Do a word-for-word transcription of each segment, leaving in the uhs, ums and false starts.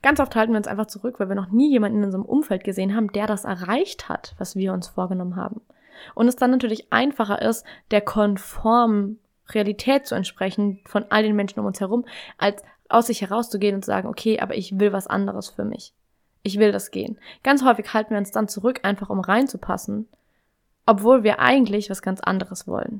Ganz oft halten wir uns einfach zurück, weil wir noch nie jemanden in unserem Umfeld gesehen haben, der das erreicht hat, was wir uns vorgenommen haben. Und es dann natürlich einfacher ist, der konformen Realität zu entsprechen von all den Menschen um uns herum, als aus sich herauszugehen und zu sagen, okay, aber ich will was anderes für mich. Ich will das gehen. Ganz häufig halten wir uns dann zurück, einfach um reinzupassen, obwohl wir eigentlich was ganz anderes wollen.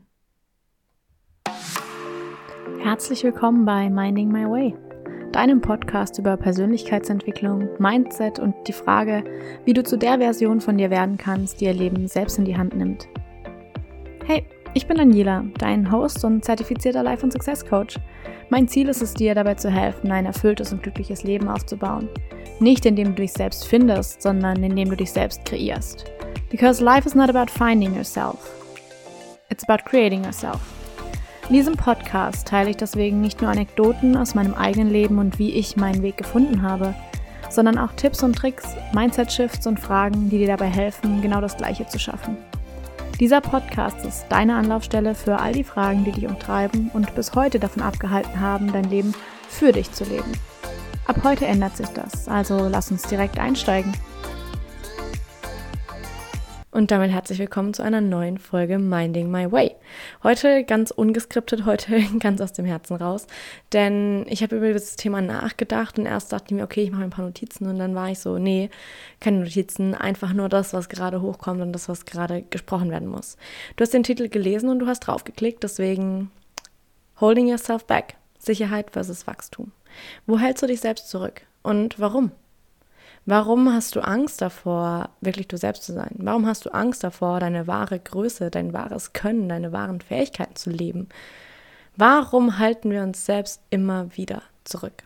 Herzlich willkommen bei Minding My Way, deinem Podcast über Persönlichkeitsentwicklung, Mindset und die Frage, wie du zu der Version von dir werden kannst, die ihr Leben selbst in die Hand nimmt. Hey, ich bin Daniela, dein Host und zertifizierter Life- und Success Coach. Mein Ziel ist es, dir dabei zu helfen, ein erfülltes und glückliches Leben aufzubauen. Nicht indem du dich selbst findest, sondern indem du dich selbst kreierst. Because life is not about finding yourself. It's about creating yourself. In diesem Podcast teile ich deswegen nicht nur Anekdoten aus meinem eigenen Leben und wie ich meinen Weg gefunden habe, sondern auch Tipps und Tricks, Mindset-Shifts und Fragen, die dir dabei helfen, genau das Gleiche zu schaffen. Dieser Podcast ist deine Anlaufstelle für all die Fragen, die dich umtreiben und bis heute davon abgehalten haben, dein Leben für dich zu leben. Ab heute ändert sich das, also lass uns direkt einsteigen. Und damit herzlich willkommen zu einer neuen Folge Minding My Way. Heute ganz ungeskriptet, heute ganz aus dem Herzen raus, denn ich habe über das Thema nachgedacht und erst dachte ich mir, okay, ich mache ein paar Notizen und dann war ich so, nee, keine Notizen, einfach nur das, was gerade hochkommt und das, was gerade gesprochen werden muss. Du hast den Titel gelesen und du hast draufgeklickt, deswegen Holding Yourself Back, Sicherheit versus Wachstum. Wo hältst du dich selbst zurück und warum? Warum hast du Angst davor, wirklich du selbst zu sein? Warum hast du Angst davor, deine wahre Größe, dein wahres Können, deine wahren Fähigkeiten zu leben? Warum halten wir uns selbst immer wieder zurück?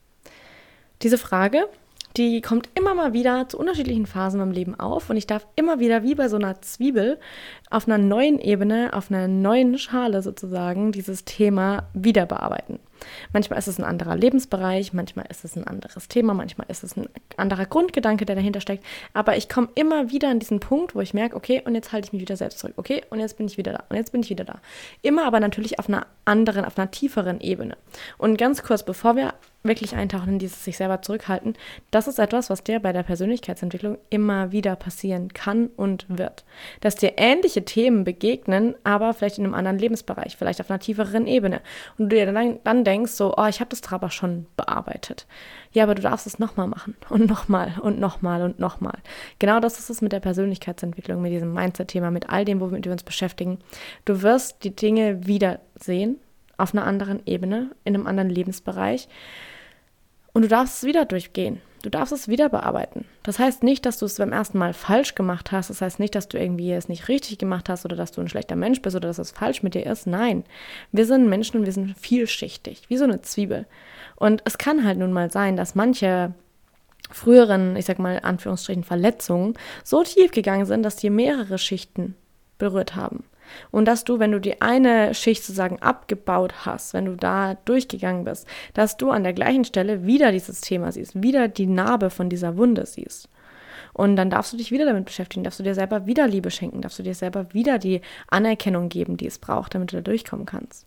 Diese Frage, die kommt immer mal wieder zu unterschiedlichen Phasen im Leben auf und ich darf immer wieder, wie bei so einer Zwiebel, auf einer neuen Ebene, auf einer neuen Schale sozusagen, dieses Thema wieder bearbeiten. Manchmal ist es ein anderer Lebensbereich, manchmal ist es ein anderes Thema, manchmal ist es ein anderer Grundgedanke, der dahinter steckt. Aber ich komme immer wieder an diesen Punkt, wo ich merke, okay, und jetzt halte ich mich wieder selbst zurück. Okay, und jetzt bin ich wieder da. Und jetzt bin ich wieder da. Immer aber natürlich auf einer anderen, auf einer tieferen Ebene. Und ganz kurz, bevor wir wirklich eintauchen in dieses sich selber zurückhalten, das ist etwas, was dir bei der Persönlichkeitsentwicklung immer wieder passieren kann und wird. Dass dir ähnliche Themen begegnen, aber vielleicht in einem anderen Lebensbereich, vielleicht auf einer tieferen Ebene. Und du dir dann, dann denkst so, oh, ich habe das aber schon bearbeitet. Ja, aber du darfst es nochmal machen und nochmal und nochmal und nochmal. Genau das ist es mit der Persönlichkeitsentwicklung, mit diesem Mindset-Thema, mit all dem, womit wir uns beschäftigen. Du wirst die Dinge wiedersehen, auf einer anderen Ebene, in einem anderen Lebensbereich. Und du darfst es wieder durchgehen. Du darfst es wieder bearbeiten. Das heißt nicht, dass du es beim ersten Mal falsch gemacht hast. Das heißt nicht, dass du irgendwie es nicht richtig gemacht hast oder dass du ein schlechter Mensch bist oder dass es falsch mit dir ist. Nein, wir sind Menschen und wir sind vielschichtig, wie so eine Zwiebel. Und es kann halt nun mal sein, dass manche früheren, ich sag mal Anführungsstrichen, Verletzungen so tief gegangen sind, dass dir mehrere Schichten berührt haben. Und dass du, wenn du die eine Schicht sozusagen abgebaut hast, wenn du da durchgegangen bist, dass du an der gleichen Stelle wieder dieses Thema siehst, wieder die Narbe von dieser Wunde siehst. Und dann darfst du dich wieder damit beschäftigen, darfst du dir selber wieder Liebe schenken, darfst du dir selber wieder die Anerkennung geben, die es braucht, damit du da durchkommen kannst.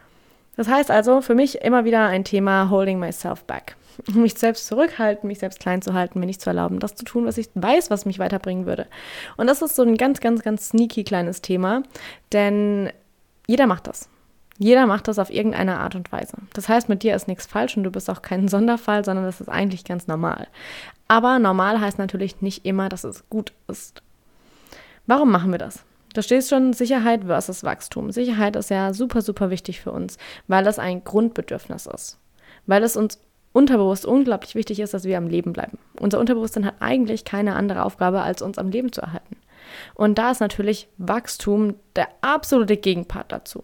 Das heißt also für mich immer wieder ein Thema Holding myself back. Mich selbst zurückhalten, mich selbst klein zu halten, mir nicht zu erlauben, das zu tun, was ich weiß, was mich weiterbringen würde. Und das ist so ein ganz, ganz, ganz sneaky kleines Thema, denn jeder macht das. Jeder macht das auf irgendeine Art und Weise. Das heißt, mit dir ist nichts falsch und du bist auch kein Sonderfall, sondern das ist eigentlich ganz normal. Aber normal heißt natürlich nicht immer, dass es gut ist. Warum machen wir das? Da steht schon Sicherheit versus Wachstum. Sicherheit ist ja super, super wichtig für uns, weil das ein Grundbedürfnis ist. Weil es uns unterbewusst unglaublich wichtig ist, dass wir am Leben bleiben. Unser Unterbewusstsein hat eigentlich keine andere Aufgabe, als uns am Leben zu erhalten. Und da ist natürlich Wachstum der absolute Gegenpart dazu.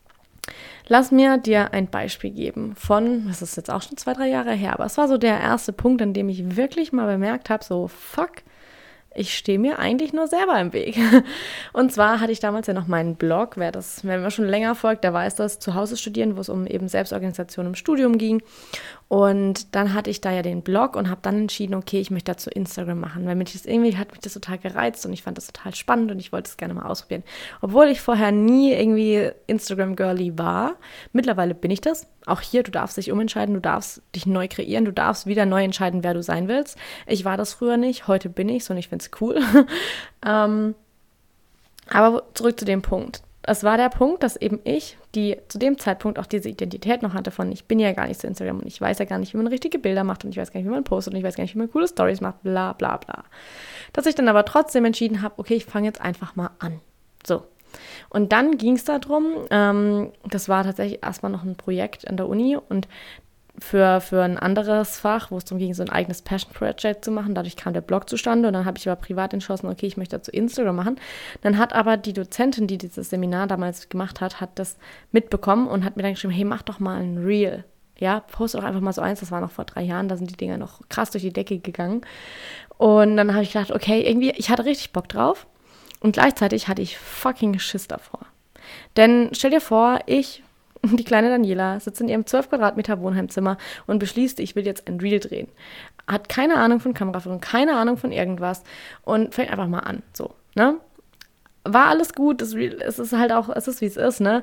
Lass mir dir ein Beispiel geben von, das ist jetzt auch schon zwei, drei Jahre her, aber es war so der erste Punkt, an dem ich wirklich mal bemerkt habe, so fuck, ich stehe mir eigentlich nur selber im Weg. Und zwar hatte ich damals ja noch meinen Blog, wer das, wer mir schon länger folgt, der weiß das, zu Hause studieren, wo es um eben Selbstorganisation im Studium ging. Und dann hatte ich da ja den Blog und habe dann entschieden, okay, ich möchte dazu Instagram machen, weil mich das irgendwie hat mich das total gereizt und ich fand das total spannend und ich wollte es gerne mal ausprobieren. Obwohl ich vorher nie irgendwie Instagram-Girly war. Mittlerweile bin ich das. Auch hier, du darfst dich umentscheiden, du darfst dich neu kreieren, du darfst wieder neu entscheiden, wer du sein willst. Ich war das früher nicht, heute bin ich's und ich finde es cool. ähm, aber zurück zu dem Punkt. Es war der Punkt, dass eben ich, die zu dem Zeitpunkt auch diese Identität noch hatte von, ich bin ja gar nicht zu Instagram und ich weiß ja gar nicht, wie man richtige Bilder macht und ich weiß gar nicht, wie man postet und ich weiß gar nicht, wie man coole Stories macht, bla bla bla. Dass ich dann aber trotzdem entschieden habe, okay, ich fange jetzt einfach mal an. So. Und dann ging es darum, ähm, das war tatsächlich erstmal noch ein Projekt an der Uni und für, für ein anderes Fach, wo es darum ging, so ein eigenes Passion-Project zu machen. Dadurch kam der Blog zustande und dann habe ich aber privat entschlossen, okay, ich möchte dazu Instagram machen. Dann hat aber die Dozentin, die dieses Seminar damals gemacht hat, hat das mitbekommen und hat mir dann geschrieben, hey, mach doch mal ein Reel. Ja, poste doch einfach mal so eins, das war noch vor drei Jahren, da sind die Dinger noch krass durch die Decke gegangen. Und dann habe ich gedacht, okay, irgendwie, ich hatte richtig Bock drauf und gleichzeitig hatte ich fucking Schiss davor. Denn stell dir vor, ich... Die kleine Daniela sitzt in ihrem zwölf Quadratmeter Wohnheimzimmer und beschließt, ich will jetzt ein Reel drehen. Hat keine Ahnung von Kameraführung, keine Ahnung von irgendwas und fängt einfach mal an. So, ne? War alles gut, das Reel, es ist halt auch, es ist wie es ist, ne?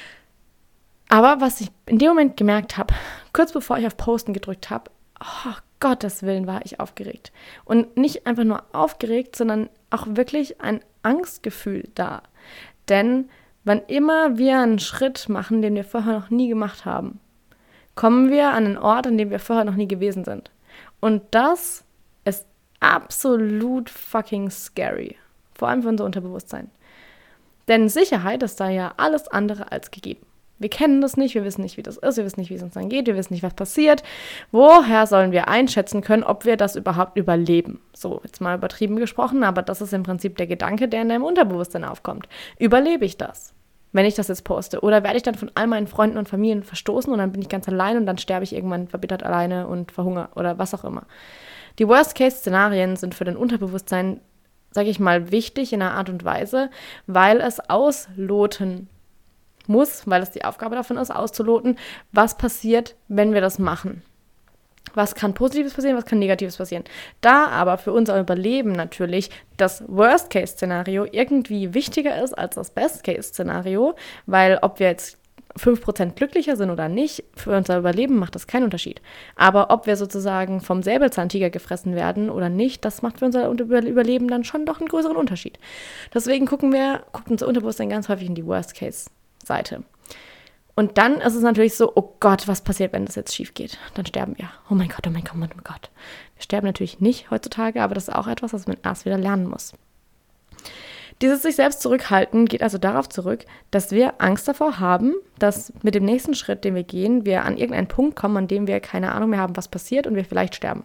Aber was ich in dem Moment gemerkt habe, kurz bevor ich auf Posten gedrückt habe, oh Gottes Willen war ich aufgeregt. Und nicht einfach nur aufgeregt, sondern auch wirklich ein Angstgefühl da. Denn wann immer wir einen Schritt machen, den wir vorher noch nie gemacht haben, kommen wir an einen Ort, an dem wir vorher noch nie gewesen sind. Und das ist absolut fucking scary. Vor allem für unser Unterbewusstsein. Denn Sicherheit ist da ja alles andere als gegeben. Wir kennen das nicht, wir wissen nicht, wie das ist, wir wissen nicht, wie es uns dann geht, wir wissen nicht, was passiert. Woher sollen wir einschätzen können, ob wir das überhaupt überleben? So, jetzt mal übertrieben gesprochen, aber das ist im Prinzip der Gedanke, der in deinem Unterbewusstsein aufkommt. Überlebe ich das, wenn ich das jetzt poste? Oder werde ich dann von all meinen Freunden und Familien verstoßen und dann bin ich ganz allein und dann sterbe ich irgendwann verbittert alleine und verhungere oder was auch immer. Die Worst-Case-Szenarien sind für dein Unterbewusstsein, sage ich mal, wichtig in einer Art und Weise, weil es ausloten muss, weil es die Aufgabe davon ist, auszuloten, was passiert, wenn wir das machen. Was kann Positives passieren, was kann Negatives passieren. Da aber für unser Überleben natürlich das Worst-Case-Szenario irgendwie wichtiger ist als das Best-Case-Szenario, weil ob wir jetzt fünf Prozent glücklicher sind oder nicht, für unser Überleben macht das keinen Unterschied. Aber ob wir sozusagen vom Säbelzahntiger gefressen werden oder nicht, das macht für unser Überleben dann schon doch einen größeren Unterschied. Deswegen gucken wir, guckt unser Unterbewusstsein ganz häufig in die Worst-Case-Seite. Und dann ist es natürlich so, oh Gott, was passiert, wenn das jetzt schief geht? Dann sterben wir. Oh mein Gott, oh mein Gott, oh mein Gott. Wir sterben natürlich nicht heutzutage, aber das ist auch etwas, was man erst wieder lernen muss. Dieses sich selbst zurückhalten geht also darauf zurück, dass wir Angst davor haben, dass mit dem nächsten Schritt, den wir gehen, wir an irgendeinen Punkt kommen, an dem wir keine Ahnung mehr haben, was passiert und wir vielleicht sterben.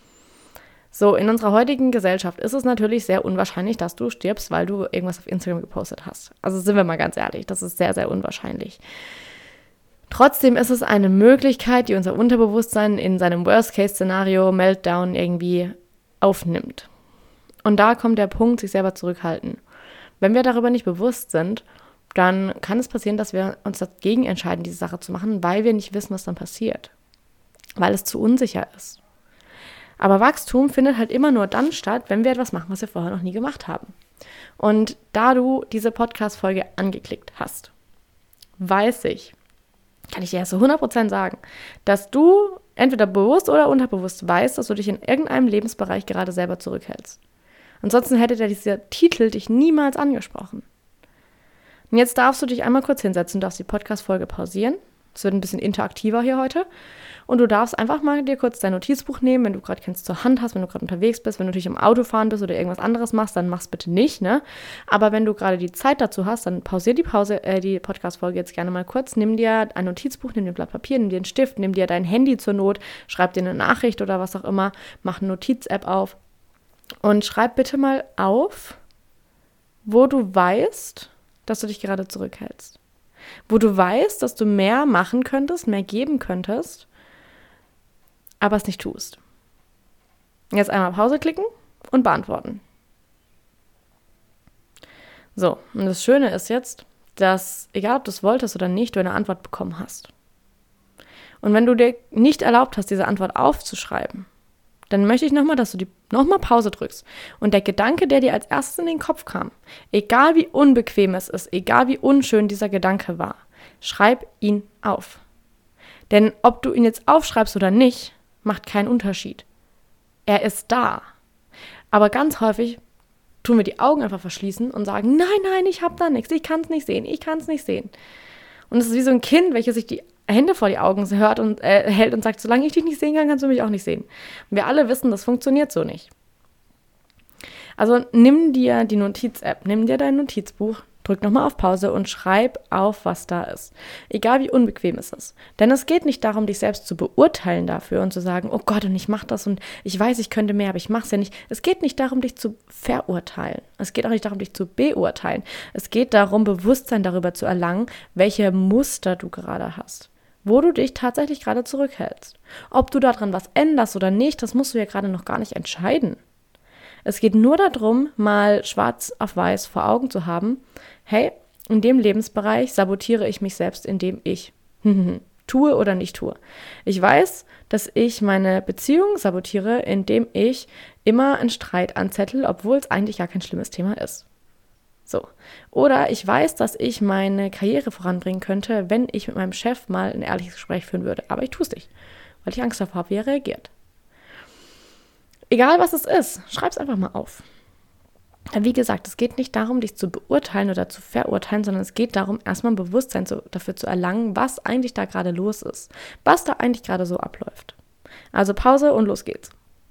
So, in unserer heutigen Gesellschaft ist es natürlich sehr unwahrscheinlich, dass du stirbst, weil du irgendwas auf Instagram gepostet hast. Also sind wir mal ganz ehrlich, das ist sehr, sehr unwahrscheinlich. Trotzdem ist es eine Möglichkeit, die unser Unterbewusstsein in seinem Worst-Case-Szenario, Meltdown irgendwie aufnimmt. Und da kommt der Punkt, sich selber zurückhalten. Wenn wir darüber nicht bewusst sind, dann kann es passieren, dass wir uns dagegen entscheiden, diese Sache zu machen, weil wir nicht wissen, was dann passiert. Weil es zu unsicher ist. Aber Wachstum findet halt immer nur dann statt, wenn wir etwas machen, was wir vorher noch nie gemacht haben. Und da du diese Podcast-Folge angeklickt hast, weiß ich, kann ich dir ja zu hundert Prozent sagen, dass du entweder bewusst oder unterbewusst weißt, dass du dich in irgendeinem Lebensbereich gerade selber zurückhältst. Ansonsten hätte der dieser Titel dich niemals angesprochen. Und jetzt darfst du dich einmal kurz hinsetzen, darfst die Podcast-Folge pausieren. Es wird ein bisschen interaktiver hier heute. Und du darfst einfach mal dir kurz dein Notizbuch nehmen, wenn du gerade keins zur Hand hast, wenn du gerade unterwegs bist, wenn du natürlich im Auto fahren bist oder irgendwas anderes machst, dann mach's bitte nicht, ne? Aber wenn du gerade die Zeit dazu hast, dann pausier die Pause, äh, die Podcast-Folge jetzt gerne mal kurz. Nimm dir ein Notizbuch, nimm dir ein Blatt Papier, nimm dir einen Stift, nimm dir dein Handy zur Not, schreib dir eine Nachricht oder was auch immer, mach eine Notiz-App auf und schreib bitte mal auf, wo du weißt, dass du dich gerade zurückhältst. Wo du weißt, dass du mehr machen könntest, mehr geben könntest, aber es nicht tust. Jetzt einmal Pause klicken und beantworten. So, und das Schöne ist jetzt, dass, egal ob du es wolltest oder nicht, du eine Antwort bekommen hast. Und wenn du dir nicht erlaubt hast, diese Antwort aufzuschreiben, dann möchte ich nochmal, dass du die nochmal Pause drückst. Und der Gedanke, der dir als erstes in den Kopf kam, egal wie unbequem es ist, egal wie unschön dieser Gedanke war, schreib ihn auf. Denn ob du ihn jetzt aufschreibst oder nicht, macht keinen Unterschied. Er ist da. Aber ganz häufig tun wir die Augen einfach verschließen und sagen, nein, nein, ich habe da nichts, ich kann es nicht sehen, ich kann es nicht sehen. Und es ist wie so ein Kind, welches sich die Hände vor die Augen hört und äh, hält und sagt, solange ich dich nicht sehen kann, kannst du mich auch nicht sehen. Und wir alle wissen, das funktioniert so nicht. Also nimm dir die Notiz-App, nimm dir dein Notizbuch, drück nochmal auf Pause und schreib auf, was da ist. Egal wie unbequem es ist. Denn es geht nicht darum, dich selbst zu beurteilen dafür und zu sagen, oh Gott, und ich mache das und ich weiß, ich könnte mehr, aber ich mache es ja nicht. Es geht nicht darum, dich zu verurteilen. Es geht auch nicht darum, dich zu beurteilen. Es geht darum, Bewusstsein darüber zu erlangen, welche Muster du gerade hast. Wo du dich tatsächlich gerade zurückhältst. Ob du daran was änderst oder nicht, das musst du ja gerade noch gar nicht entscheiden. Es geht nur darum, mal schwarz auf weiß vor Augen zu haben, hey, in dem Lebensbereich sabotiere ich mich selbst, indem ich tue oder nicht tue. Ich weiß, dass ich meine Beziehung sabotiere, indem ich immer einen Streit anzettel, obwohl es eigentlich gar kein schlimmes Thema ist. So. Oder ich weiß, dass ich meine Karriere voranbringen könnte, wenn ich mit meinem Chef mal ein ehrliches Gespräch führen würde. Aber ich tue es nicht, weil ich Angst davor habe, wie er reagiert. Egal, was es ist, schreib es einfach mal auf. Wie gesagt, es geht nicht darum, dich zu beurteilen oder zu verurteilen, sondern es geht darum, erstmal ein Bewusstsein zu, dafür zu erlangen, was eigentlich da gerade los ist, was da eigentlich gerade so abläuft. Also Pause und los geht's.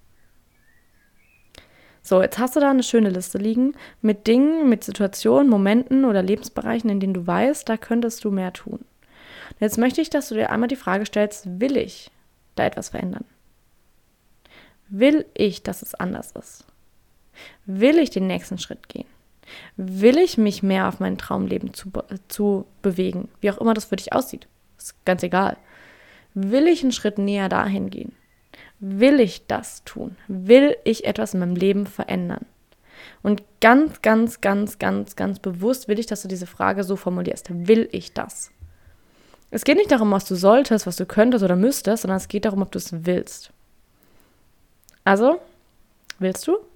So, jetzt hast du da eine schöne Liste liegen mit Dingen, mit Situationen, Momenten oder Lebensbereichen, in denen du weißt, da könntest du mehr tun. Jetzt möchte ich, dass du dir einmal die Frage stellst, will ich da etwas verändern? Will ich, dass es anders ist? Will ich den nächsten Schritt gehen? Will ich mich mehr auf mein Traumleben zu, zu bewegen? Wie auch immer das für dich aussieht. Ist ganz egal. Will ich einen Schritt näher dahin gehen? Will ich das tun? Will ich etwas in meinem Leben verändern? Und ganz, ganz, ganz, ganz, ganz bewusst will ich, dass du diese Frage so formulierst. Will ich das? Es geht nicht darum, was du solltest, was du könntest oder müsstest, sondern es geht darum, ob du es willst. Also, willst du?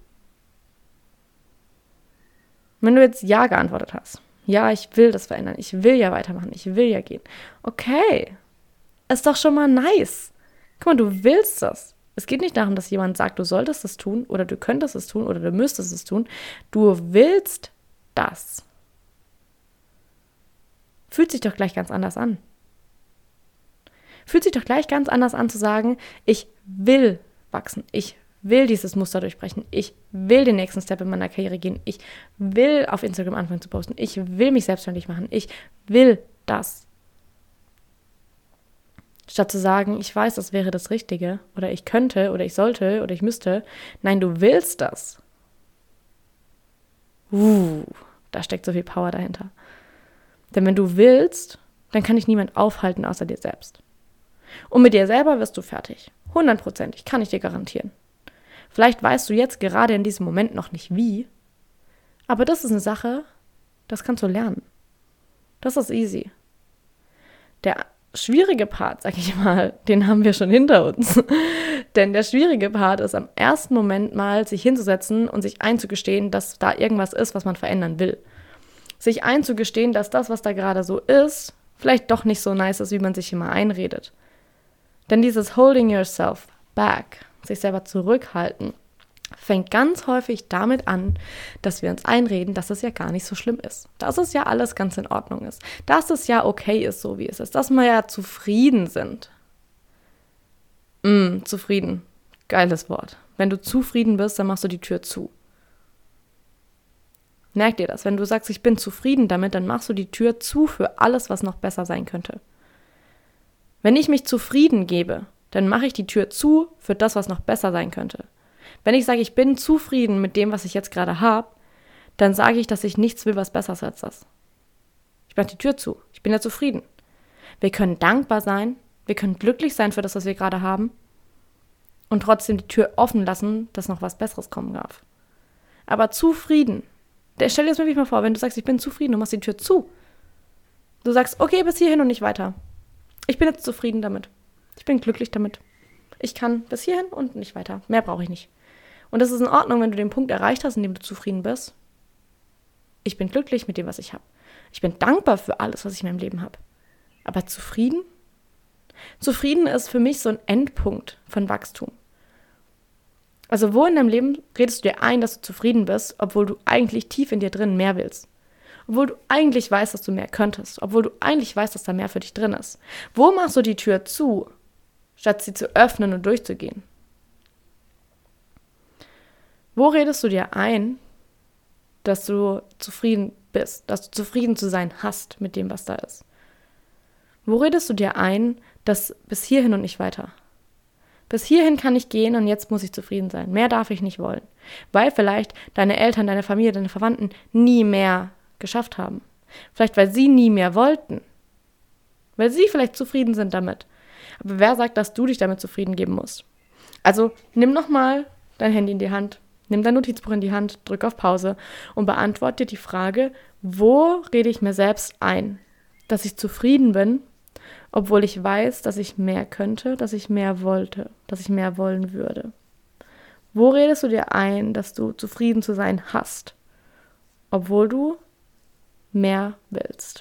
Wenn du jetzt Ja geantwortet hast, ja, ich will das verändern, ich will ja weitermachen, ich will ja gehen. Okay, ist doch schon mal nice. Guck mal, du willst das. Es geht nicht darum, dass jemand sagt, du solltest es tun oder du könntest es tun oder du müsstest es tun. Du willst das. Fühlt sich doch gleich ganz anders an. Fühlt sich doch gleich ganz anders an zu sagen, ich will wachsen, ich will dieses Muster durchbrechen, ich will den nächsten Step in meiner Karriere gehen, ich will auf Instagram anfangen zu posten, ich will mich selbstständig machen, ich will das. Statt zu sagen, ich weiß, das wäre das Richtige oder ich könnte oder ich sollte oder ich müsste. Nein, du willst das. Uh, da steckt so viel Power dahinter. Denn wenn du willst, dann kann dich niemand aufhalten außer dir selbst. Und mit dir selber wirst du fertig. Hundertprozentig, kann ich dir garantieren. Vielleicht weißt du jetzt gerade in diesem Moment noch nicht wie, aber das ist eine Sache, das kannst du lernen. Das ist easy. Der schwierige Part, sag ich mal, den haben wir schon hinter uns. Denn der schwierige Part ist, am ersten Moment mal sich hinzusetzen und sich einzugestehen, dass da irgendwas ist, was man verändern will. Sich einzugestehen, dass das, was da gerade so ist, vielleicht doch nicht so nice ist, wie man sich immer einredet. Denn dieses holding yourself back, sich selber zurückhalten, fängt ganz häufig damit an, dass wir uns einreden, dass es ja gar nicht so schlimm ist. Dass es ja alles ganz in Ordnung ist. Dass es ja okay ist, so wie es ist. Dass wir ja zufrieden sind. Mm, zufrieden. Geiles Wort. Wenn du zufrieden bist, dann machst du die Tür zu. Merk dir das. Wenn du sagst, ich bin zufrieden damit, dann machst du die Tür zu für alles, was noch besser sein könnte. Wenn ich mich zufrieden gebe, dann mache ich die Tür zu für das, was noch besser sein könnte. Wenn ich sage, ich bin zufrieden mit dem, was ich jetzt gerade habe, dann sage ich, dass ich nichts will, was besser ist als das. Ich mache die Tür zu. Ich bin ja zufrieden. Wir können dankbar sein, wir können glücklich sein für das, was wir gerade haben und trotzdem die Tür offen lassen, dass noch was Besseres kommen darf. Aber zufrieden. Stell dir das wirklich mal vor, wenn du sagst, ich bin zufrieden, du machst die Tür zu. Du sagst, okay, bis hierhin und nicht weiter. Ich bin jetzt zufrieden damit. Ich bin glücklich damit. Ich kann bis hierhin und nicht weiter. Mehr brauche ich nicht. Und das ist in Ordnung, wenn du den Punkt erreicht hast, in dem du zufrieden bist. Ich bin glücklich mit dem, was ich habe. Ich bin dankbar für alles, was ich in meinem Leben habe. Aber zufrieden? Zufrieden ist für mich so ein Endpunkt von Wachstum. Also wo in deinem Leben redest du dir ein, dass du zufrieden bist, obwohl du eigentlich tief in dir drin mehr willst? Obwohl du eigentlich weißt, dass du mehr könntest. Obwohl du eigentlich weißt, dass da mehr für dich drin ist. Wo machst du die Tür zu, statt sie zu öffnen und durchzugehen? Wo redest du dir ein, dass du zufrieden bist, dass du zufrieden zu sein hast mit dem, was da ist? Wo redest du dir ein, dass bis hierhin und nicht weiter? Bis hierhin kann ich gehen und jetzt muss ich zufrieden sein. Mehr darf ich nicht wollen. Weil vielleicht deine Eltern, deine Familie, deine Verwandten nie mehr geschafft haben. Vielleicht, weil sie nie mehr wollten. Weil sie vielleicht zufrieden sind damit. Aber wer sagt, dass du dich damit zufrieden geben musst? Also nimm nochmal dein Handy in die Hand, nimm dein Notizbuch in die Hand, drück auf Pause und beantworte dir die Frage, wo rede ich mir selbst ein, dass ich zufrieden bin, obwohl ich weiß, dass ich mehr könnte, dass ich mehr wollte, dass ich mehr wollen würde. Wo redest du dir ein, dass du zufrieden zu sein hast, obwohl du mehr willst?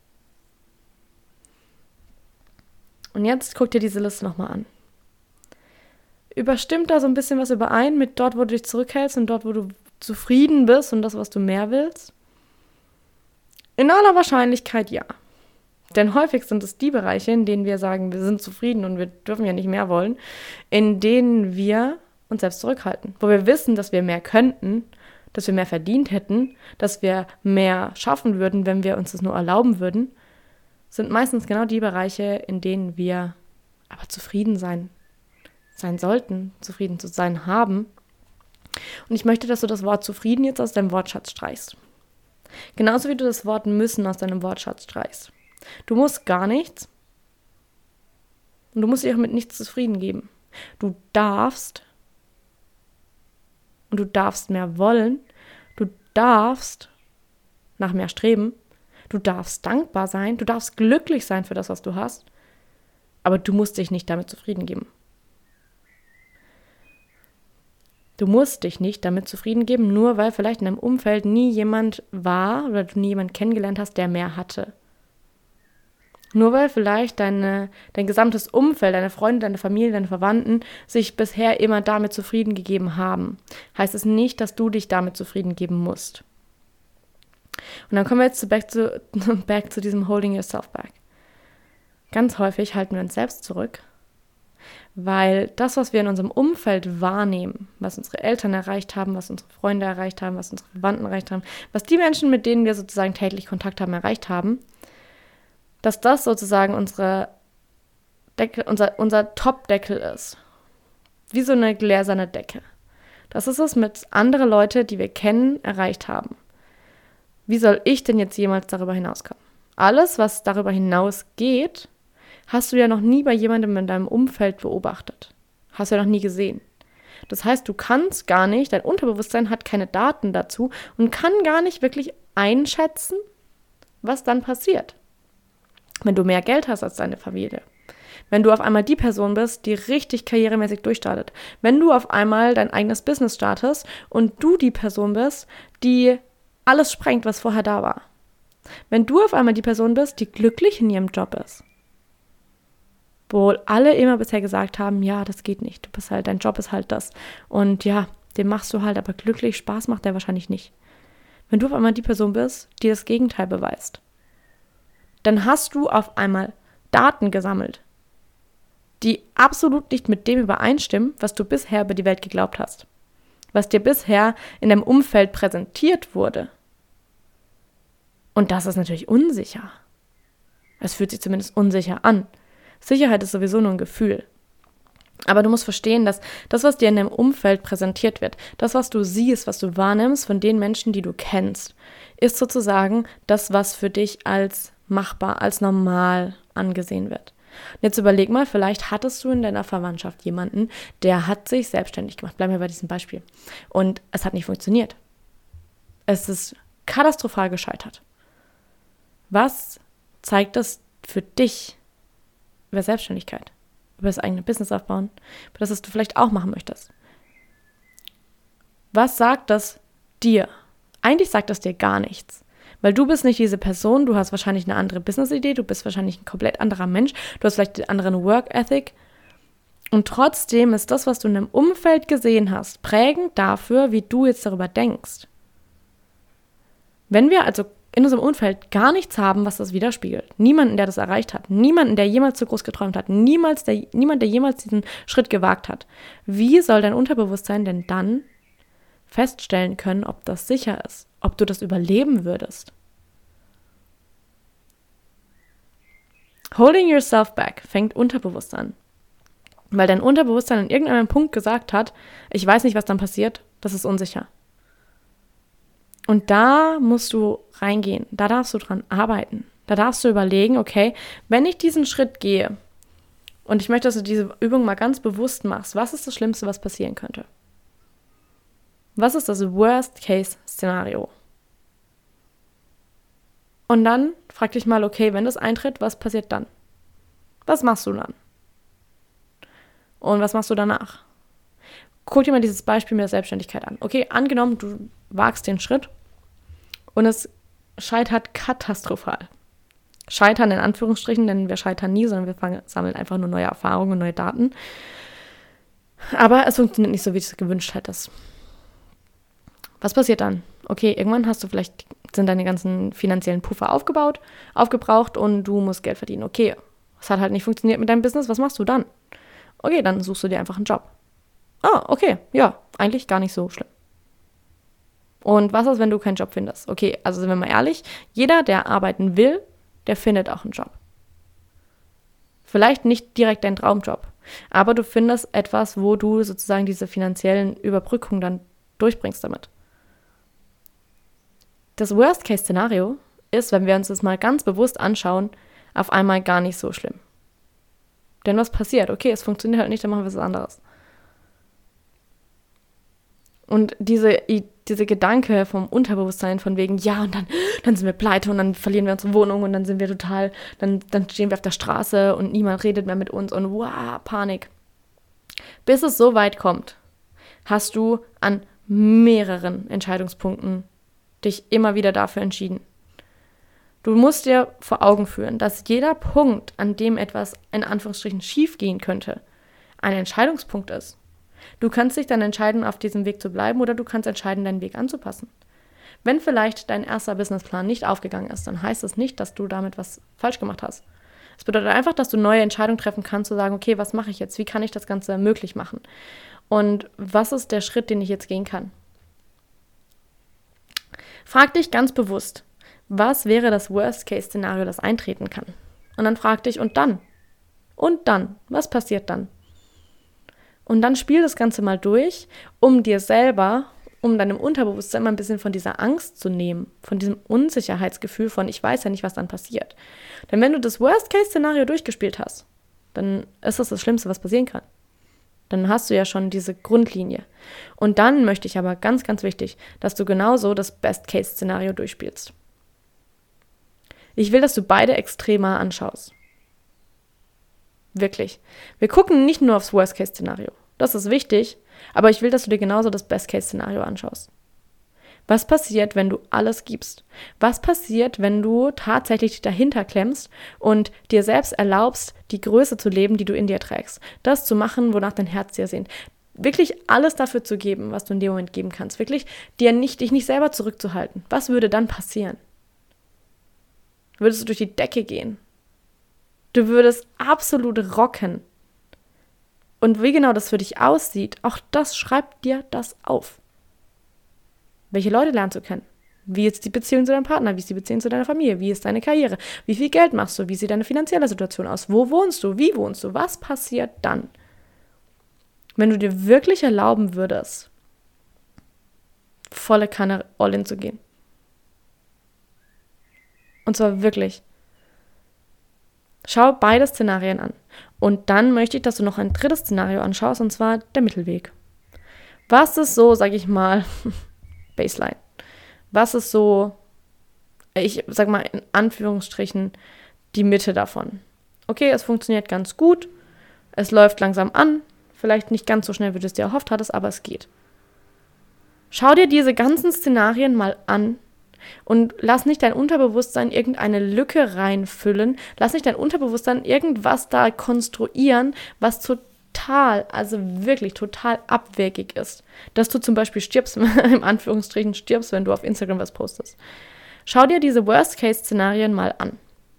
Und jetzt guck dir diese Liste nochmal an. Überstimmt da so ein bisschen was überein mit dort, wo du dich zurückhältst und dort, wo du zufrieden bist und das, was du mehr willst? In aller Wahrscheinlichkeit ja. Denn häufig sind es die Bereiche, in denen wir sagen, wir sind zufrieden und wir dürfen ja nicht mehr wollen, in denen wir uns selbst zurückhalten. Wo wir wissen, dass wir mehr könnten, dass wir mehr verdient hätten, dass wir mehr schaffen würden, wenn wir uns das nur erlauben würden, sind meistens genau die Bereiche, in denen wir aber zufrieden sein, sein sollten, zufrieden zu sein haben. Und ich möchte, dass du das Wort zufrieden jetzt aus deinem Wortschatz streichst. Genauso wie du das Wort müssen aus deinem Wortschatz streichst. Du musst gar nichts und du musst dich auch mit nichts zufrieden geben. Du darfst und du darfst mehr wollen, du darfst nach mehr streben, du darfst dankbar sein, du darfst glücklich sein für das, was du hast, aber du musst dich nicht damit zufrieden geben. Du musst dich nicht damit zufrieden geben, nur weil vielleicht in deinem Umfeld nie jemand war oder du nie jemanden kennengelernt hast, der mehr hatte. Nur weil vielleicht deine, dein gesamtes Umfeld, deine Freunde, deine Familie, deine Verwandten sich bisher immer damit zufrieden gegeben haben, heißt es nicht, dass du dich damit zufrieden geben musst. Und dann kommen wir jetzt zu back, zu, back zu diesem Holding Yourself Back. Ganz häufig halten wir uns selbst zurück, weil das, was wir in unserem Umfeld wahrnehmen, was unsere Eltern erreicht haben, was unsere Freunde erreicht haben, was unsere Verwandten erreicht haben, was die Menschen, mit denen wir sozusagen täglich Kontakt haben, erreicht haben, dass das sozusagen unsere Decke, unser, unser Top-Deckel ist. Wie so eine gläserne Decke. Das ist es, mit andere Leute, die wir kennen, erreicht haben. Wie soll ich denn jetzt jemals darüber hinauskommen? Alles, was darüber hinausgeht, hast du ja noch nie bei jemandem in deinem Umfeld beobachtet. Hast du ja noch nie gesehen. Das heißt, du kannst gar nicht, dein Unterbewusstsein hat keine Daten dazu und kann gar nicht wirklich einschätzen, was dann passiert. Wenn du mehr Geld hast als deine Familie, wenn du auf einmal die Person bist, die richtig karrieremäßig durchstartet, wenn du auf einmal dein eigenes Business startest und du die Person bist, die alles sprengt, was vorher da war. Wenn du auf einmal die Person bist, die glücklich in ihrem Job ist, wo alle immer bisher gesagt haben, ja, das geht nicht, du bist halt, dein Job ist halt das und ja, den machst du halt, aber glücklich, Spaß macht der wahrscheinlich nicht. Wenn du auf einmal die Person bist, die das Gegenteil beweist, dann hast du auf einmal Daten gesammelt, die absolut nicht mit dem übereinstimmen, was du bisher über die Welt geglaubt hast, was dir bisher in deinem Umfeld präsentiert wurde. Und das ist natürlich unsicher. Es fühlt sich zumindest unsicher an. Sicherheit ist sowieso nur ein Gefühl. Aber du musst verstehen, dass das, was dir in deinem Umfeld präsentiert wird, das, was du siehst, was du wahrnimmst von den Menschen, die du kennst, ist sozusagen das, was für dich als machbar, als normal angesehen wird. Und jetzt überleg mal, vielleicht hattest du in deiner Verwandtschaft jemanden, der hat sich selbstständig gemacht. Bleiben wir bei diesem Beispiel. Und es hat nicht funktioniert. Es ist katastrophal gescheitert. Was zeigt das für dich über Selbstständigkeit? über das eigene Business aufbauen, über das, was du vielleicht auch machen möchtest. Was sagt das dir? Eigentlich sagt das dir gar nichts. Weil du bist nicht diese Person, du hast wahrscheinlich eine andere Business-Idee, du bist wahrscheinlich ein komplett anderer Mensch, du hast vielleicht einen anderen Work-Ethic. Und trotzdem ist das, was du in deinem Umfeld gesehen hast, prägend dafür, wie du jetzt darüber denkst. Wenn wir also in unserem Umfeld gar nichts haben, was das widerspiegelt, niemanden, der das erreicht hat, niemanden, der jemals so groß geträumt hat, niemals der, niemand, der jemals diesen Schritt gewagt hat, wie soll dein Unterbewusstsein denn dann feststellen können, ob das sicher ist, ob du das überleben würdest? Holding yourself back fängt unterbewusst an. Weil dein Unterbewusstsein an irgendeinem Punkt gesagt hat, ich weiß nicht, was dann passiert, das ist unsicher. Und da musst du reingehen, da darfst du dran arbeiten. Da darfst du überlegen, okay, wenn ich diesen Schritt gehe und ich möchte, dass du diese Übung mal ganz bewusst machst, was ist das Schlimmste, was passieren könnte? Was ist das Worst-Case-Szenario? Und dann frag dich mal, okay, wenn das eintritt, was passiert dann? Was machst du dann? Und was machst du danach? Guck dir mal dieses Beispiel mit der Selbstständigkeit an. Okay, angenommen, du wagst den Schritt und es scheitert katastrophal. Scheitern in Anführungsstrichen, denn wir scheitern nie, sondern wir fangen, sammeln einfach nur neue Erfahrungen und neue Daten. Aber es funktioniert nicht so, wie du es gewünscht hättest. Was passiert dann? Okay, irgendwann hast du vielleicht, sind deine ganzen finanziellen Puffer aufgebaut, aufgebraucht und du musst Geld verdienen. Okay, es hat halt nicht funktioniert mit deinem Business, was machst du dann? Okay, dann suchst du dir einfach einen Job. Ah, okay, ja, eigentlich gar nicht so schlimm. Und was ist, wenn du keinen Job findest? Okay, also sind wir mal ehrlich, jeder, der arbeiten will, der findet auch einen Job. Vielleicht nicht direkt dein Traumjob, aber du findest etwas, wo du sozusagen diese finanziellen Überbrückungen dann durchbringst damit. Das Worst-Case-Szenario ist, wenn wir uns das mal ganz bewusst anschauen, auf einmal gar nicht so schlimm. Denn was passiert? Okay, es funktioniert halt nicht, dann machen wir was anderes. Und diese, diese Gedanke vom Unterbewusstsein von wegen, ja, und dann, dann sind wir pleite und dann verlieren wir unsere Wohnung und dann sind wir total, dann, dann stehen wir auf der Straße und niemand redet mehr mit uns und wow, Panik. Bis es so weit kommt, hast du an mehreren Entscheidungspunkten dich immer wieder dafür entschieden. Du musst dir vor Augen führen, dass jeder Punkt, an dem etwas in Anführungsstrichen schief gehen könnte, ein Entscheidungspunkt ist. Du kannst dich dann entscheiden, auf diesem Weg zu bleiben oder du kannst entscheiden, deinen Weg anzupassen. Wenn vielleicht dein erster Businessplan nicht aufgegangen ist, dann heißt es nicht, dass du damit was falsch gemacht hast. Es bedeutet einfach, dass du neue Entscheidungen treffen kannst, zu sagen, okay, was mache ich jetzt? Wie kann ich das Ganze möglich machen? Und was ist der Schritt, den ich jetzt gehen kann? Frag dich ganz bewusst, was wäre das Worst-Case-Szenario, das eintreten kann? Und dann frag dich, und dann? Und dann? Was passiert dann? Und dann spiel das Ganze mal durch, um dir selber, um deinem Unterbewusstsein mal ein bisschen von dieser Angst zu nehmen, von diesem Unsicherheitsgefühl von, ich weiß ja nicht, was dann passiert. Denn wenn du das Worst-Case-Szenario durchgespielt hast, dann ist das das Schlimmste, was passieren kann. Dann hast du ja schon diese Grundlinie. Und dann möchte ich aber ganz, ganz wichtig, dass du genauso das Best-Case-Szenario durchspielst. Ich will, dass du beide Extreme anschaust. Wirklich. Wir gucken nicht nur aufs Worst-Case-Szenario. Das ist wichtig, aber ich will, dass du dir genauso das Best-Case-Szenario anschaust. Was passiert, wenn du alles gibst? Was passiert, wenn du tatsächlich dich dahinter klemmst und dir selbst erlaubst, die Größe zu leben, die du in dir trägst? Das zu machen, wonach dein Herz dir sehnt. Wirklich alles dafür zu geben, was du in dem Moment geben kannst. Wirklich dir nicht, dich nicht selber zurückzuhalten. Was würde dann passieren? Würdest du durch die Decke gehen? Du würdest absolut rocken. Und wie genau das für dich aussieht, auch das, schreib dir das auf. Welche Leute lernst du kennen? Wie ist die Beziehung zu deinem Partner? Wie ist die Beziehung zu deiner Familie? Wie ist deine Karriere? Wie viel Geld machst du? Wie sieht deine finanzielle Situation aus? Wo wohnst du? Wie wohnst du? Was passiert dann? Wenn du dir wirklich erlauben würdest, volle Kanne all in zu gehen. Und zwar wirklich. Schau beide Szenarien an. Und dann möchte ich, dass du noch ein drittes Szenario anschaust, und zwar der Mittelweg. Was ist so, sag ich mal, Baseline? Was ist so, ich sag mal in Anführungsstrichen, die Mitte davon? Okay, es funktioniert ganz gut. Es läuft langsam an, vielleicht nicht ganz so schnell, wie du es dir erhofft hattest, aber es geht. Schau dir diese ganzen Szenarien mal an und lass nicht dein Unterbewusstsein irgendeine Lücke reinfüllen, lass nicht dein Unterbewusstsein irgendwas da konstruieren, was total, also wirklich total abwegig ist. Dass du zum Beispiel stirbst, im Anführungsstrichen stirbst, wenn du auf Instagram was postest. Schau dir diese Worst-Case-Szenarien mal an.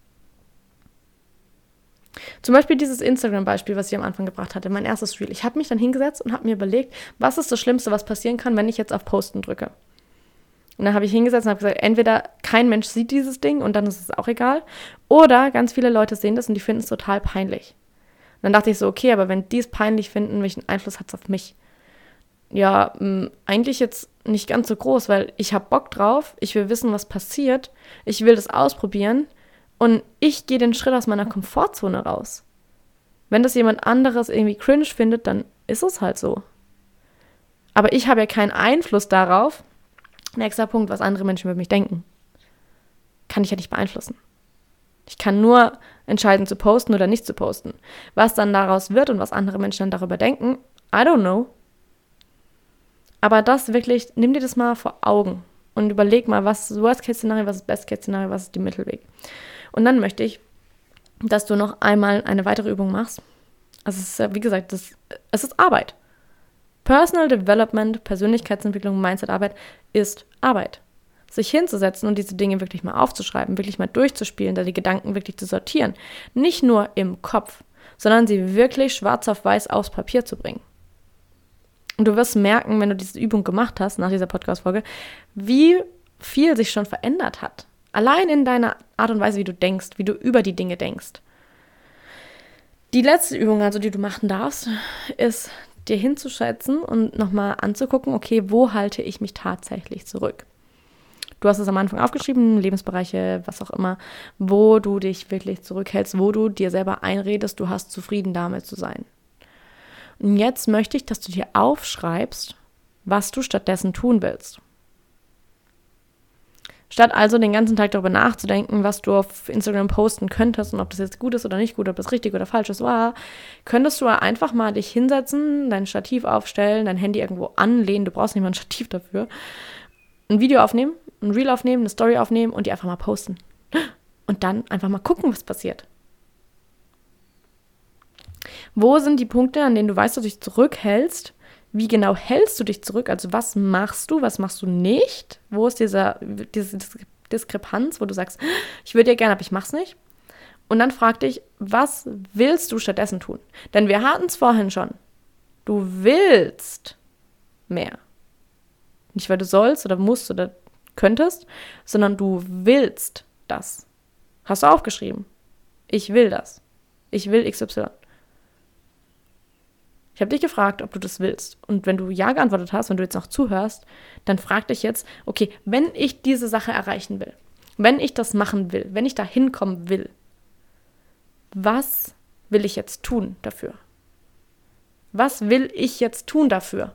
Zum Beispiel dieses Instagram-Beispiel, was ich am Anfang gebracht hatte, mein erstes Reel. Ich habe mich dann hingesetzt und habe mir überlegt, was ist das Schlimmste, was passieren kann, wenn ich jetzt auf Posten drücke. Und dann habe ich hingesetzt und habe gesagt, entweder kein Mensch sieht dieses Ding und dann ist es auch egal, oder ganz viele Leute sehen das und die finden es total peinlich. Und dann dachte ich so, okay, aber wenn die es peinlich finden, welchen Einfluss hat es auf mich? Ja, mh, eigentlich jetzt nicht ganz so groß, weil ich habe Bock drauf, ich will wissen, was passiert, ich will das ausprobieren und ich gehe den Schritt aus meiner Komfortzone raus. Wenn das jemand anderes irgendwie cringe findet, dann ist es halt so. Aber ich habe ja keinen Einfluss darauf, nächster Punkt, was andere Menschen über mich denken. Kann ich ja nicht beeinflussen. Ich kann nur entscheiden, zu posten oder nicht zu posten. Was dann daraus wird und was andere Menschen dann darüber denken, I don't know. Aber das wirklich, nimm dir das mal vor Augen und überleg mal, was ist das Worst-Case-Szenario, was ist das Best-Case-Szenario, was ist die Mittelweg. Und dann möchte ich, dass du noch einmal eine weitere Übung machst. Also es ist, wie gesagt, das, es ist Arbeit. Personal Development, Persönlichkeitsentwicklung, Mindset-Arbeit ist Arbeit. Sich hinzusetzen und diese Dinge wirklich mal aufzuschreiben, wirklich mal durchzuspielen, da die Gedanken wirklich zu sortieren. Nicht nur im Kopf, sondern sie wirklich schwarz auf weiß aufs Papier zu bringen. Und du wirst merken, wenn du diese Übung gemacht hast, nach dieser Podcast-Folge, wie viel sich schon verändert hat. Allein in deiner Art und Weise, wie du denkst, wie du über die Dinge denkst. Die letzte Übung, also die du machen darfst, ist dir hinzuschätzen und nochmal anzugucken, okay, wo halte ich mich tatsächlich zurück? Du hast es am Anfang aufgeschrieben, Lebensbereiche, was auch immer, wo du dich wirklich zurückhältst, wo du dir selber einredest, du hast zufrieden damit zu sein. Und jetzt möchte ich, dass du dir aufschreibst, was du stattdessen tun willst. Statt also den ganzen Tag darüber nachzudenken, was du auf Instagram posten könntest und ob das jetzt gut ist oder nicht gut, ob das richtig oder falsch ist, war, könntest du einfach mal dich hinsetzen, dein Stativ aufstellen, dein Handy irgendwo anlehnen, du brauchst nicht mal ein Stativ dafür, ein Video aufnehmen, ein Reel aufnehmen, eine Story aufnehmen und die einfach mal posten. Und dann einfach mal gucken, was passiert. Wo sind die Punkte, an denen du weißt, dass du dich zurückhältst? Wie genau hältst du dich zurück? Also was machst du, was machst du nicht? Wo ist dieser, diese Diskrepanz, wo du sagst, ich würde ja gerne, aber ich mach's nicht? Und dann frag dich, was willst du stattdessen tun? Denn wir hatten es vorhin schon. Du willst mehr. Nicht, weil du sollst oder musst oder könntest, sondern du willst das. Hast du aufgeschrieben. Ich will das. Ich will X Y. Ich habe dich gefragt, ob du das willst. Und wenn du ja geantwortet hast, wenn du jetzt noch zuhörst, dann frag dich jetzt, okay, wenn ich diese Sache erreichen will, wenn ich das machen will, wenn ich da hinkommen will, was will ich jetzt tun dafür? Was will ich jetzt tun dafür?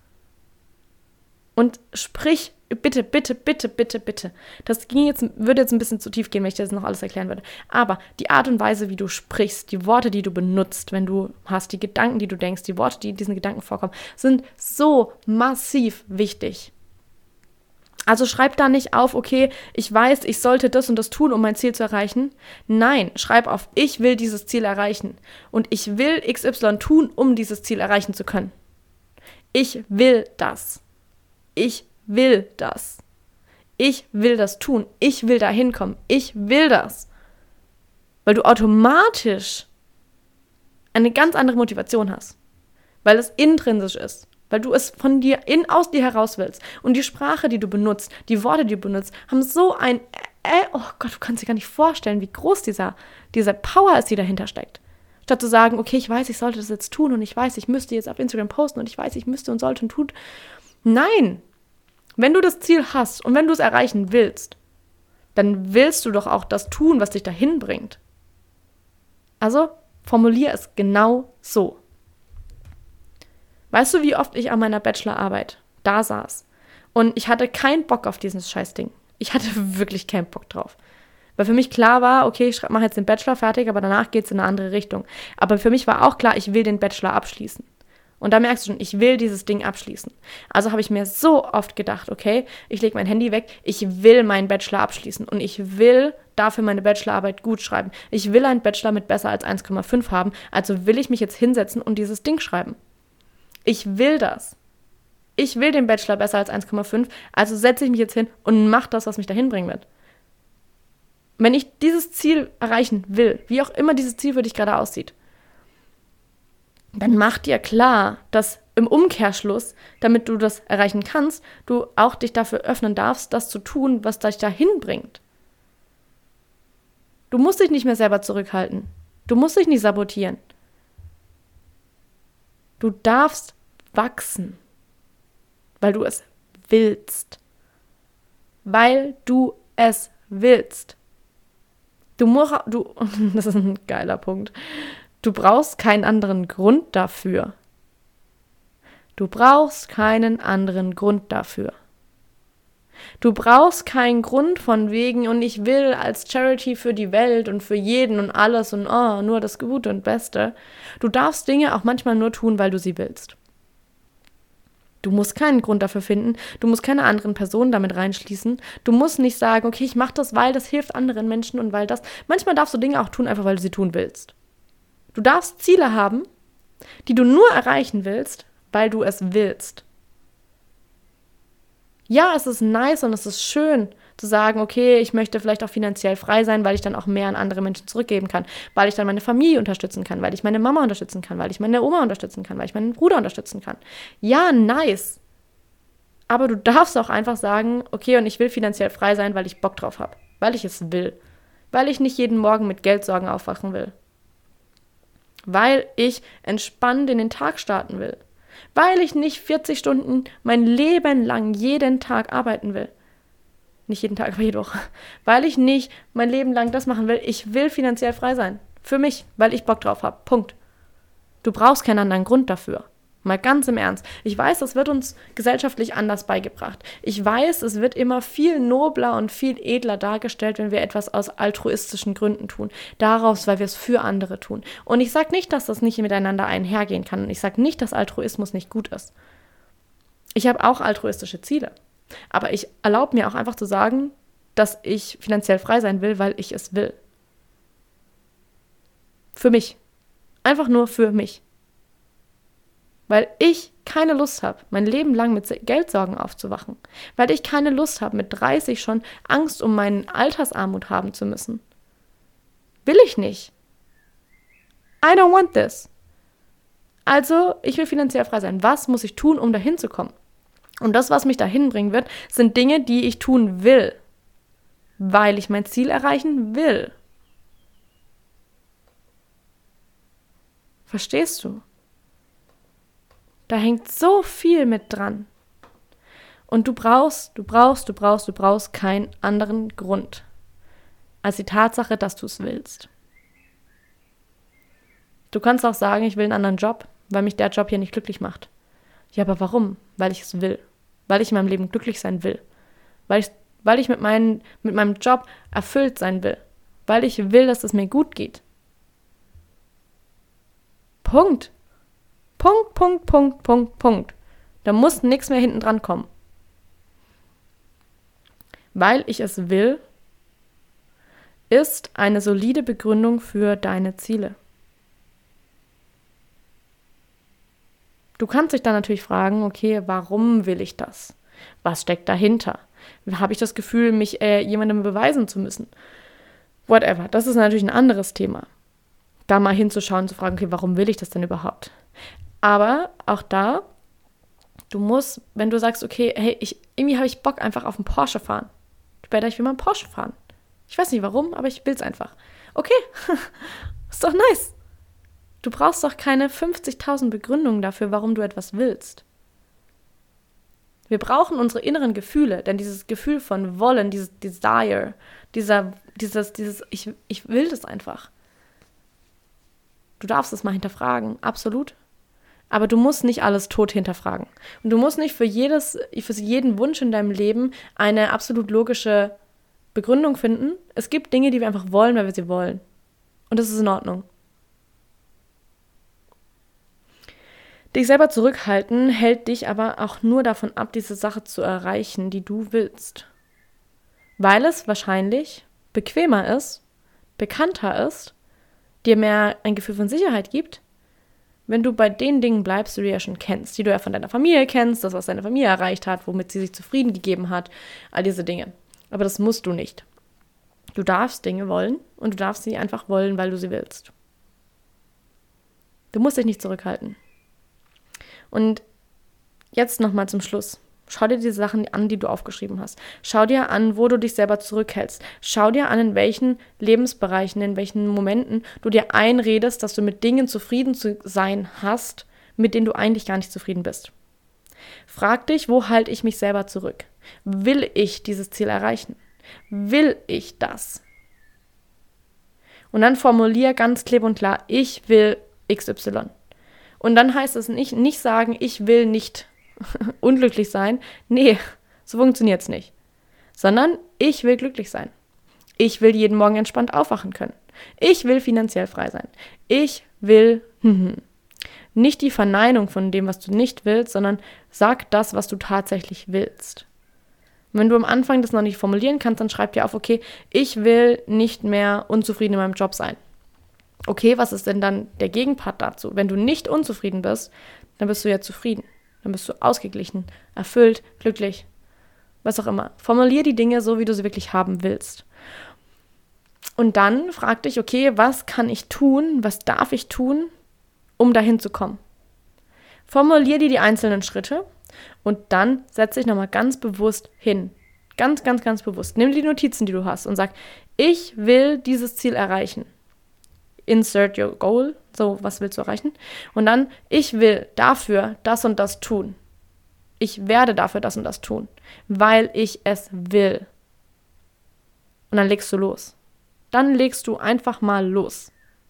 Und sprich, bitte, bitte, bitte, bitte, bitte. Das ging jetzt, würde jetzt ein bisschen zu tief gehen, wenn ich dir das noch alles erklären würde. Aber die Art und Weise, wie du sprichst, die Worte, die du benutzt, wenn du hast, die Gedanken, die du denkst, die Worte, die in diesen Gedanken vorkommen, sind so massiv wichtig. Also schreib da nicht auf, okay, ich weiß, ich sollte das und das tun, um mein Ziel zu erreichen. Nein, schreib auf, ich will dieses Ziel erreichen. Und ich will X Y tun, um dieses Ziel erreichen zu können. Ich will das. Ich will das. Ich will das tun. Ich will da hinkommen. Ich will das. Weil du automatisch eine ganz andere Motivation hast. Weil es intrinsisch ist. Weil du es von dir, in, aus dir heraus willst. Und die Sprache, die du benutzt, die Worte, die du benutzt, haben so ein, äh, oh Gott, du kannst dir gar nicht vorstellen, wie groß dieser, dieser Power ist, die dahinter steckt. Statt zu sagen, okay, ich weiß, ich sollte das jetzt tun und ich weiß, ich müsste jetzt auf Instagram posten und ich weiß, ich müsste und sollte und tut. Nein! Wenn du das Ziel hast und wenn du es erreichen willst, dann willst du doch auch das tun, was dich dahin bringt. Also formulier es genau so. Weißt du, wie oft ich an meiner Bachelorarbeit da saß und ich hatte keinen Bock auf dieses Scheißding. Ich hatte wirklich keinen Bock drauf. Weil für mich klar war, okay, ich mache jetzt den Bachelor fertig, aber danach geht es in eine andere Richtung. Aber für mich war auch klar, ich will den Bachelor abschließen. Und da merkst du schon, ich will dieses Ding abschließen. Also habe ich mir so oft gedacht, okay, ich lege mein Handy weg, ich will meinen Bachelor abschließen und ich will dafür meine Bachelorarbeit gut schreiben. Ich will einen Bachelor mit besser als eins Komma fünf haben, also will ich mich jetzt hinsetzen und dieses Ding schreiben. Ich will das. Ich will den Bachelor besser als eins Komma fünf, also setze ich mich jetzt hin und mache das, was mich dahin bringen wird. Wenn ich dieses Ziel erreichen will, wie auch immer dieses Ziel für dich gerade aussieht, dann mach dir klar, dass im Umkehrschluss, damit du das erreichen kannst, du auch dich dafür öffnen darfst, das zu tun, was dich dahin bringt. Du musst dich nicht mehr selber zurückhalten. Du musst dich nicht sabotieren. Du darfst wachsen, weil du es willst. Weil du es willst. Du musst, du, das ist ein geiler Punkt. Du brauchst keinen anderen Grund dafür. Du brauchst keinen anderen Grund dafür. Du brauchst keinen Grund von wegen und ich will als Charity für die Welt und für jeden und alles und oh, nur das Gute und Beste. Du darfst Dinge auch manchmal nur tun, weil du sie willst. Du musst keinen Grund dafür finden. Du musst keine anderen Personen damit reinschließen. Du musst nicht sagen, okay, ich mache das, weil das hilft anderen Menschen und weil das. Manchmal darfst du Dinge auch tun, einfach weil du sie tun willst. Du darfst Ziele haben, die du nur erreichen willst, weil du es willst. Ja, es ist nice und es ist schön zu sagen, okay, ich möchte vielleicht auch finanziell frei sein, weil ich dann auch mehr an andere Menschen zurückgeben kann, weil ich dann meine Familie unterstützen kann, weil ich meine Mama unterstützen kann, weil ich meine Oma unterstützen kann, weil ich meinen Bruder unterstützen kann. Ja, nice. Aber du darfst auch einfach sagen, okay, und ich will finanziell frei sein, weil ich Bock drauf habe, weil ich es will, weil ich nicht jeden Morgen mit Geldsorgen aufwachen will, weil ich entspannt in den Tag starten will, weil ich nicht vierzig Stunden mein Leben lang jeden Tag arbeiten will. Nicht jeden Tag, aber jede Woche. Weil ich nicht mein Leben lang das machen will. Ich will finanziell frei sein. Für mich, weil ich Bock drauf habe. Punkt. Du brauchst keinen anderen Grund dafür. Mal ganz im Ernst. Ich weiß, das wird uns gesellschaftlich anders beigebracht. Ich weiß, es wird immer viel nobler und viel edler dargestellt, wenn wir etwas aus altruistischen Gründen tun. Daraus, weil wir es für andere tun. Und ich sage nicht, dass das nicht miteinander einhergehen kann. Und ich sage nicht, dass Altruismus nicht gut ist. Ich habe auch altruistische Ziele. Aber ich erlaube mir auch einfach zu sagen, dass ich finanziell frei sein will, weil ich es will. Für mich. Einfach nur für mich. Weil ich keine Lust habe, mein Leben lang mit Geldsorgen aufzuwachen. Weil ich keine Lust habe, mit dreißig schon Angst um meine Altersarmut haben zu müssen. Will ich nicht. I don't want this. Also, ich will finanziell frei sein. Was muss ich tun, um dahin zu kommen? Und das, was mich dahin bringen wird, sind Dinge, die ich tun will. Weil ich mein Ziel erreichen will. Verstehst du? Da hängt so viel mit dran. Und du brauchst, du brauchst, du brauchst, du brauchst keinen anderen Grund als die Tatsache, dass du es willst. Du kannst auch sagen, ich will einen anderen Job, weil mich der Job hier nicht glücklich macht. Ja, aber warum? Weil ich es will. Weil ich in meinem Leben glücklich sein will. Weil ich, weil ich mit, meinen, mit meinem Job erfüllt sein will. Weil ich will, dass es mir gut geht. Punkt. Punkt, Punkt, Punkt, Punkt, Punkt. Da muss nichts mehr hinten dran kommen. Weil ich es will, ist eine solide Begründung für deine Ziele. Du kannst dich dann natürlich fragen, okay, warum will ich das? Was steckt dahinter? Habe ich das Gefühl, mich äh, jemandem beweisen zu müssen? Whatever, das ist natürlich ein anderes Thema. Da mal hinzuschauen und zu fragen, okay, warum will ich das denn überhaupt? Aber auch da, du musst, wenn du sagst, okay, hey, ich, irgendwie habe ich Bock einfach auf einen Porsche fahren. Später, ich will mal einen Porsche fahren. Ich weiß nicht warum, aber ich will es einfach. Okay, ist doch nice. Du brauchst doch keine fünfzigtausend Begründungen dafür, warum du etwas willst. Wir brauchen unsere inneren Gefühle, denn dieses Gefühl von Wollen, dieses Desire, dieser, dieses, dieses, ich, ich will das einfach. Du darfst es mal hinterfragen, absolut. Aber du musst nicht alles tot hinterfragen. Und du musst nicht für jedes, für jeden Wunsch in deinem Leben eine absolut logische Begründung finden. Es gibt Dinge, die wir einfach wollen, weil wir sie wollen. Und das ist in Ordnung. Dich selber zurückhalten hält dich aber auch nur davon ab, diese Sache zu erreichen, die du willst. Weil es wahrscheinlich bequemer ist, bekannter ist, dir mehr ein Gefühl von Sicherheit gibt, wenn du bei den Dingen bleibst, die du ja schon kennst, die du ja von deiner Familie kennst, das, was deine Familie erreicht hat, womit sie sich zufrieden gegeben hat, all diese Dinge. Aber das musst du nicht. Du darfst Dinge wollen und du darfst sie einfach wollen, weil du sie willst. Du musst dich nicht zurückhalten. Und jetzt nochmal zum Schluss. Schau dir die Sachen an, die du aufgeschrieben hast. Schau dir an, wo du dich selber zurückhältst. Schau dir an, in welchen Lebensbereichen, in welchen Momenten du dir einredest, dass du mit Dingen zufrieden zu sein hast, mit denen du eigentlich gar nicht zufrieden bist. Frag dich, wo halte ich mich selber zurück? Will ich dieses Ziel erreichen? Will ich das? Und dann formulier ganz klipp und klar, ich will X Y. Und dann heißt es nicht, nicht sagen, ich will nicht unglücklich sein. Nee, so funktioniert es nicht. Sondern ich will glücklich sein. Ich will jeden Morgen entspannt aufwachen können. Ich will finanziell frei sein. Ich will nicht die Verneinung von dem, was du nicht willst, sondern sag das, was du tatsächlich willst. Und wenn du am Anfang das noch nicht formulieren kannst, dann schreib dir auf, okay, ich will nicht mehr unzufrieden in meinem Job sein. Okay, was ist denn dann der Gegenpart dazu? Wenn du nicht unzufrieden bist, dann bist du ja zufrieden. Dann bist du ausgeglichen, erfüllt, glücklich, was auch immer. Formulier die Dinge so, wie du sie wirklich haben willst. Und dann frag dich, okay, was kann ich tun, was darf ich tun, um dahin zu kommen? Formulier dir die einzelnen Schritte und dann setz dich nochmal ganz bewusst hin. Ganz, ganz, ganz bewusst. Nimm die Notizen, die du hast und sag, ich will dieses Ziel erreichen. Insert your goal, so, was willst du erreichen? Und dann, ich will dafür das und das tun. Ich werde dafür das und das tun, weil ich es will. Und dann legst du los. Dann legst du einfach mal los.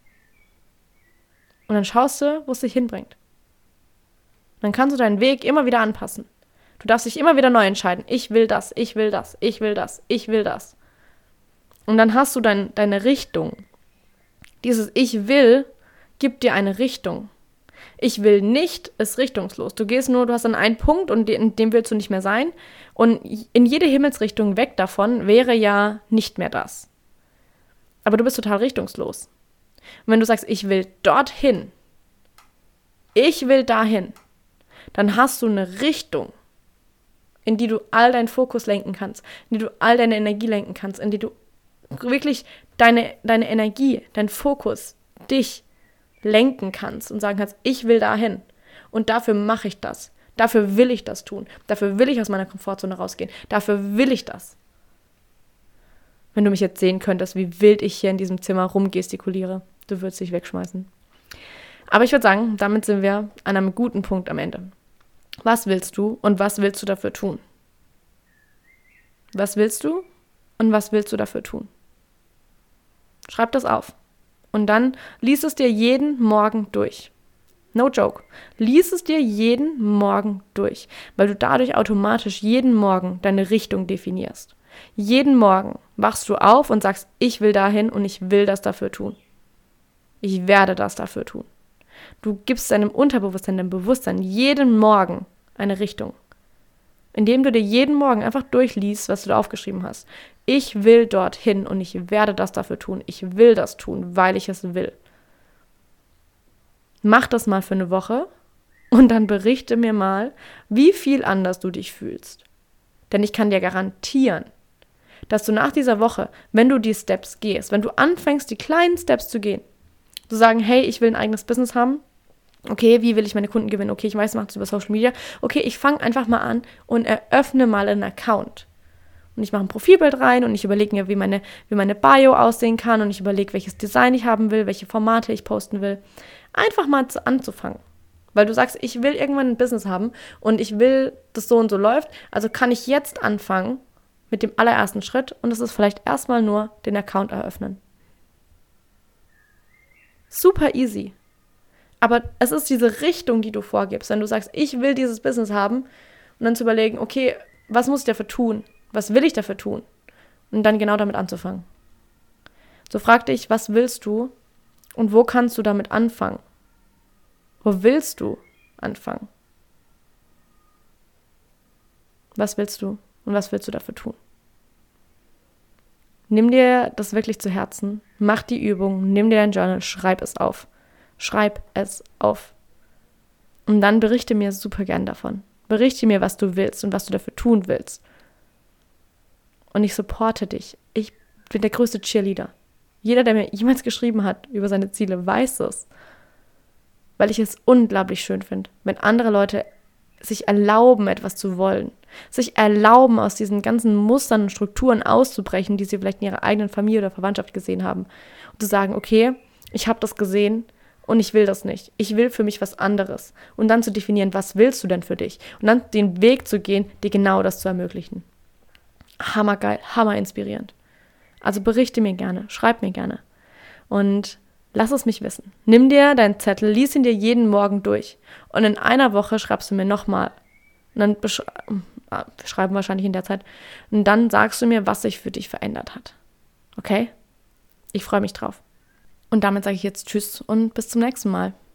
Und dann schaust du, wo es dich hinbringt. Dann kannst du deinen Weg immer wieder anpassen. Du darfst dich immer wieder neu entscheiden. Ich will das, ich will das, ich will das, ich will das. Und dann hast du dein, deine Richtung. Dieses Ich will gibt dir eine Richtung. Ich will nicht ist richtungslos. Du gehst nur, du hast dann einen Punkt und in dem willst du nicht mehr sein. Und in jede Himmelsrichtung weg davon wäre ja nicht mehr das. Aber du bist total richtungslos. Und wenn du sagst, ich will dorthin, ich will dahin, dann hast du eine Richtung, in die du all deinen Fokus lenken kannst, in die du all deine Energie lenken kannst, in die du wirklich deine, deine Energie, dein Fokus, dich lenken kannst und sagen kannst, ich will dahin und dafür mache ich das, dafür will ich das tun, dafür will ich aus meiner Komfortzone rausgehen, dafür will ich das. Wenn du mich jetzt sehen könntest, wie wild ich hier in diesem Zimmer rumgestikuliere, du würdest dich wegschmeißen. Aber ich würde sagen, damit sind wir an einem guten Punkt am Ende. Was willst du und was willst du dafür tun? Was willst du und was willst du dafür tun? Schreib das auf. Und dann lies es dir jeden Morgen durch. No joke. Lies es dir jeden Morgen durch, weil du dadurch automatisch jeden Morgen deine Richtung definierst. Jeden Morgen wachst du auf und sagst, ich will dahin und ich will das dafür tun. Ich werde das dafür tun. Du gibst deinem Unterbewusstsein, deinem Bewusstsein jeden Morgen eine Richtung. Indem du dir jeden Morgen einfach durchliest, was du da aufgeschrieben hast. Ich will dorthin und ich werde das dafür tun. Ich will das tun, weil ich es will. Mach das mal für eine Woche und dann berichte mir mal, wie viel anders du dich fühlst. Denn ich kann dir garantieren, dass du nach dieser Woche, wenn du die Steps gehst, wenn du anfängst, die kleinen Steps zu gehen, zu sagen, hey, ich will ein eigenes Business haben, okay, wie will ich meine Kunden gewinnen? Okay, ich weiß, ich mache das über Social Media. Okay, ich fange einfach mal an und eröffne mal einen Account. Und ich mache ein Profilbild rein und ich überlege mir, wie meine, wie meine Bio aussehen kann und ich überlege, welches Design ich haben will, welche Formate ich posten will. Einfach mal zu, anzufangen. Weil du sagst, ich will irgendwann ein Business haben und ich will, dass so und so läuft. Also kann ich jetzt anfangen mit dem allerersten Schritt und das ist vielleicht erstmal nur den Account eröffnen. Super easy. Aber es ist diese Richtung, die du vorgibst. Wenn du sagst, ich will dieses Business haben und dann zu überlegen, okay, was muss ich dafür tun? Was will ich dafür tun? Und und dann genau damit anzufangen. So frag dich, was willst du und wo kannst du damit anfangen? Wo willst du anfangen? Was willst du und was willst du dafür tun? Nimm dir das wirklich zu Herzen, mach die Übung, nimm dir dein Journal, schreib es auf. Schreib es auf. Und dann berichte mir super gern davon. Berichte mir, was du willst und was du dafür tun willst. Und ich supporte dich. Ich bin der größte Cheerleader. Jeder, der mir jemals geschrieben hat über seine Ziele, weiß es. Weil ich es unglaublich schön finde, wenn andere Leute sich erlauben, etwas zu wollen. Sich erlauben, aus diesen ganzen Mustern und Strukturen auszubrechen, die sie vielleicht in ihrer eigenen Familie oder Verwandtschaft gesehen haben. Und zu sagen, okay, ich habe das gesehen und ich will das nicht. Ich will für mich was anderes. Und dann zu definieren, was willst du denn für dich? Und dann den Weg zu gehen, dir genau das zu ermöglichen. Hammergeil, hammer inspirierend. Also berichte mir gerne, schreib mir gerne. Und lass es mich wissen. Nimm dir deinen Zettel, lies ihn dir jeden Morgen durch. Und in einer Woche schreibst du mir nochmal. Und dann besch- wir schreiben wahrscheinlich in der Zeit. Und dann sagst du mir, was sich für dich verändert hat. Okay? Ich freue mich drauf. Und damit sage ich jetzt Tschüss und bis zum nächsten Mal.